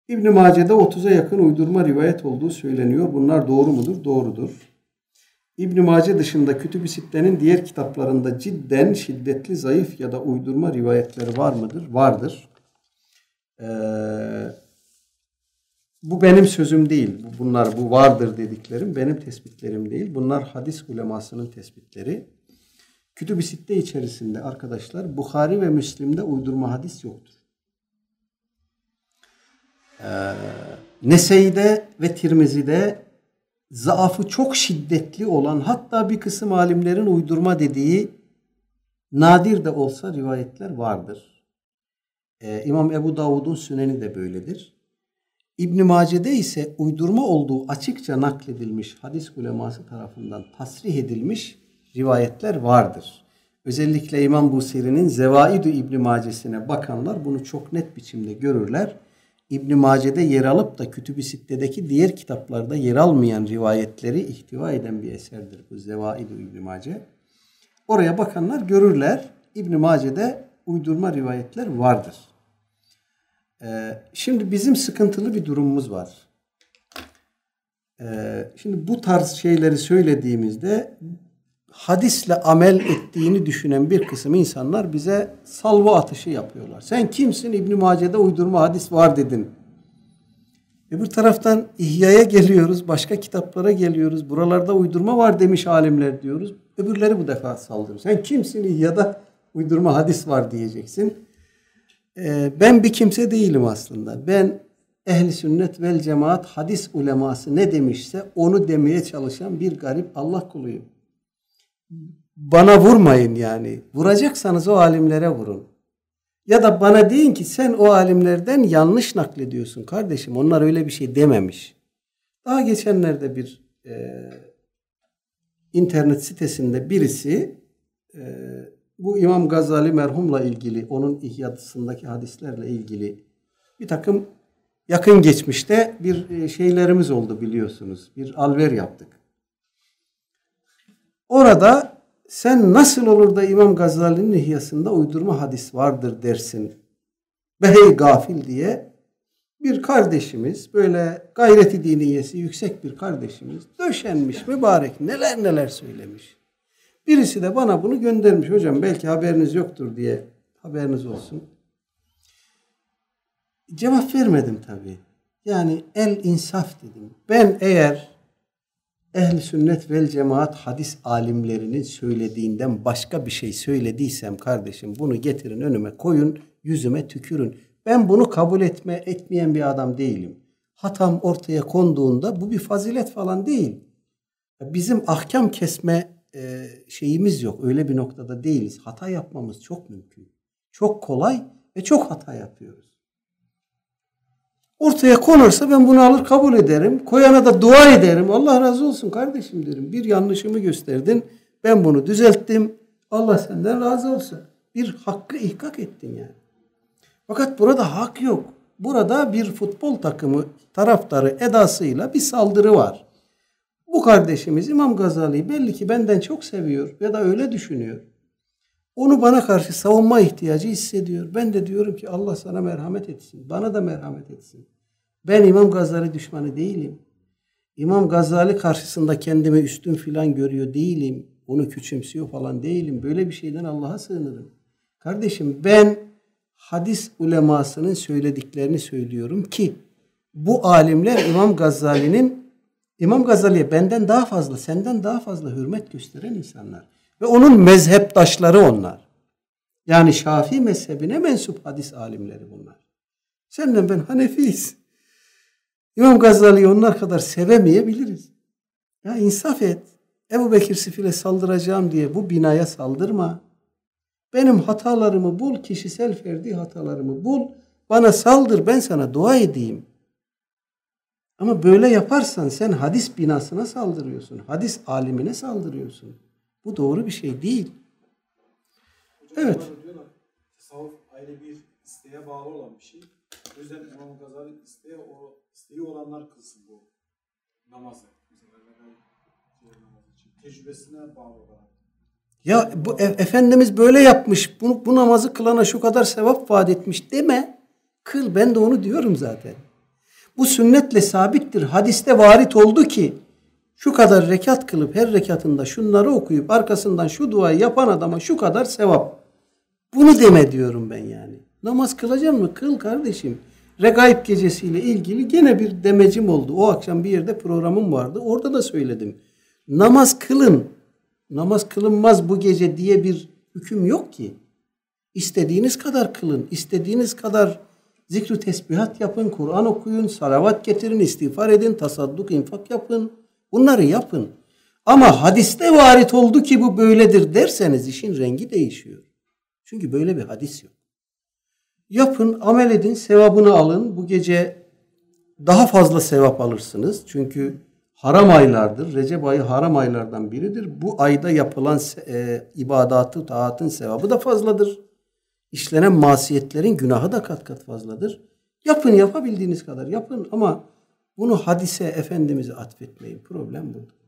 İbn-i Mace'de 30'a yakın uydurma rivayet olduğu söyleniyor. Bunlar doğru mudur? Doğrudur. İbn-i Mace dışında Kütüb-i Sitte'nin diğer kitaplarında cidden şiddetli, zayıf ya da uydurma rivayetleri var mıdır? Vardır. Bu benim sözüm değil. Bu vardır dediklerim benim tespitlerim değil. Bunlar hadis ulemasının tespitleri. Kütüb-i Sitte içerisinde arkadaşlar Bukhari ve Müslim'de uydurma hadis yoktur. Nesai'de ve Tirmizi'de zaafı çok şiddetli olan, hatta bir kısım alimlerin uydurma dediği nadir de olsa rivayetler vardır. İmam Ebu Davud'un Süneni de böyledir. İbn-i Mace'de ise uydurma olduğu açıkça nakledilmiş, hadis uleması tarafından tasrih edilmiş rivayetler vardır. Özellikle İmam Busiri'nin Zevaid-i İbn-i Mace'sine bakanlar bunu çok net biçimde görürler. İbn-i Mace'de yer alıp da Kütüb-i Sitte'deki diğer kitaplarda yer almayan rivayetleri ihtiva eden bir eserdir bu Zevaid-i İbn-i Mace. Oraya bakanlar görürler. İbn-i Mace'de uydurma rivayetler vardır. Şimdi bizim sıkıntılı bir durumumuz var. Şimdi bu tarz şeyleri söylediğimizde hadisle amel ettiğini düşünen bir kısım insanlar bize salvo atışı yapıyorlar. Sen kimsin? İbn-i Mace'de uydurma hadis var dedin. Öbür taraftan İhya'ya geliyoruz, başka kitaplara geliyoruz. Buralarda uydurma var demiş alimler diyoruz. Öbürleri bu defa saldırıyor. Sen kimsin? İhya'da uydurma hadis var diyeceksin. Ben bir kimse değilim aslında. Ben Ehl-i Sünnet vel Cemaat hadis uleması ne demişse onu demeye çalışan bir garip Allah kuluyum. Bana vurmayın yani. Vuracaksanız o alimlere vurun. Ya da bana deyin ki sen o alimlerden yanlış naklediyorsun kardeşim. Onlar öyle bir şey dememiş. Daha geçenlerde bir internet sitesinde birisi bu İmam Gazali merhumla ilgili, onun İhya'sındaki hadislerle ilgili bir takım yakın geçmişte bir şeylerimiz oldu biliyorsunuz. Bir alver yaptık. Orada sen nasıl olur da İmam Gazali'nin İhya'sında uydurma hadis vardır dersin. Be hey gafil diye bir kardeşimiz, böyle gayret-i diniyesi yüksek bir kardeşimiz döşenmiş mübarek neler neler söylemiş. Birisi de bana bunu göndermiş. Hocam belki haberiniz yoktur diye, haberiniz olsun. Cevap vermedim tabii. Yani el insaf dedim. Ben eğer Ehl-i Sünnet vel Cemaat hadis alimlerinin söylediğinden başka bir şey söylediysem kardeşim bunu getirin önüme koyun, yüzüme tükürün. Ben bunu kabul etmeyen bir adam değilim. Hatam ortaya konduğunda bu bir fazilet falan değil. Bizim ahkam kesme şeyimiz yok. Öyle bir noktada değiliz. Hata yapmamız çok mümkün. Çok kolay ve çok hata yapıyoruz. Ortaya konursa ben bunu alır kabul ederim. Koyana da dua ederim. Allah razı olsun kardeşim derim. Bir yanlışımı gösterdin. Ben bunu düzelttim. Allah senden razı olsun. Bir hakkı ihkak ettin yani. Fakat burada hak yok. Burada bir futbol takımı taraftarı edasıyla bir saldırı var. Bu kardeşimiz İmam Gazali'yi belli ki benden çok seviyor ya da öyle düşünüyor. Onu bana karşı savunma ihtiyacı hissediyor. Ben de diyorum ki Allah sana merhamet etsin. Bana da merhamet etsin. Ben İmam Gazali düşmanı değilim. İmam Gazali karşısında kendimi üstün filan görüyor değilim. Onu küçümsüyor falan değilim. Böyle bir şeyden Allah'a sığınırım. Kardeşim ben hadis ulemasının söylediklerini söylüyorum ki bu alimler İmam Gazali'ye benden daha fazla, senden daha fazla hürmet gösteren insanlar. Ve onun mezheptaşları onlar. Yani Şafii mezhebine mensup hadis alimleri bunlar. Senden ben Hanefiyiz. İmam Gazali'yi onlar kadar sevemeyebiliriz. Ya insaf et. Ebu Bekir Sifil'e saldıracağım diye bu binaya saldırma. Benim hatalarımı bul, kişisel ferdi hatalarımı bul. Bana saldır, ben sana dua edeyim. Ama böyle yaparsan sen hadis binasına saldırıyorsun. Hadis alimine saldırıyorsun. Bu doğru bir şey değil. Hocam, evet. Diyorlar, tasavvuf ayrı bir isteğe bağlı olan bir şey. O yüzden İmam Gazali isteği olanlar kılsın bu namazı. Tecrübesine bağlı olarak. Ya bu Efendimiz böyle yapmış. Bu namazı kılana şu kadar sevap vaat etmiş deme. Kıl. Ben de onu diyorum zaten. Bu sünnetle sabittir. Hadiste varit oldu ki şu kadar rekat kılıp her rekatında şunları okuyup arkasından şu duayı yapan adama şu kadar sevap. Bunu deme diyorum ben yani. Namaz kılacak mı? Kıl kardeşim. Regaib gecesiyle ilgili gene bir demecim oldu. O akşam bir yerde programım vardı. Orada da söyledim. Namaz kılın. Namaz kılınmaz bu gece diye bir hüküm yok ki. İstediğiniz kadar kılın. İstediğiniz kadar zikr-i tesbihat yapın. Kur'an okuyun. Salavat getirin. İstiğfar edin. Tasadduk, infak yapın. Bunları yapın. Ama hadiste varit oldu ki bu böyledir derseniz işin rengi değişiyor. Çünkü böyle bir hadis yok. Yapın, amel edin, sevabını alın. Bu gece daha fazla sevap alırsınız. Çünkü haram aylardır. Recep ayı haram aylardan biridir. Bu ayda yapılan ibadatı, taatın sevabı da fazladır. İşlenen masiyetlerin günahı da kat kat fazladır. Yapın, yapabildiğiniz kadar yapın ama bunu hadise, Efendimiz'e atfetmeyin. Problem burada.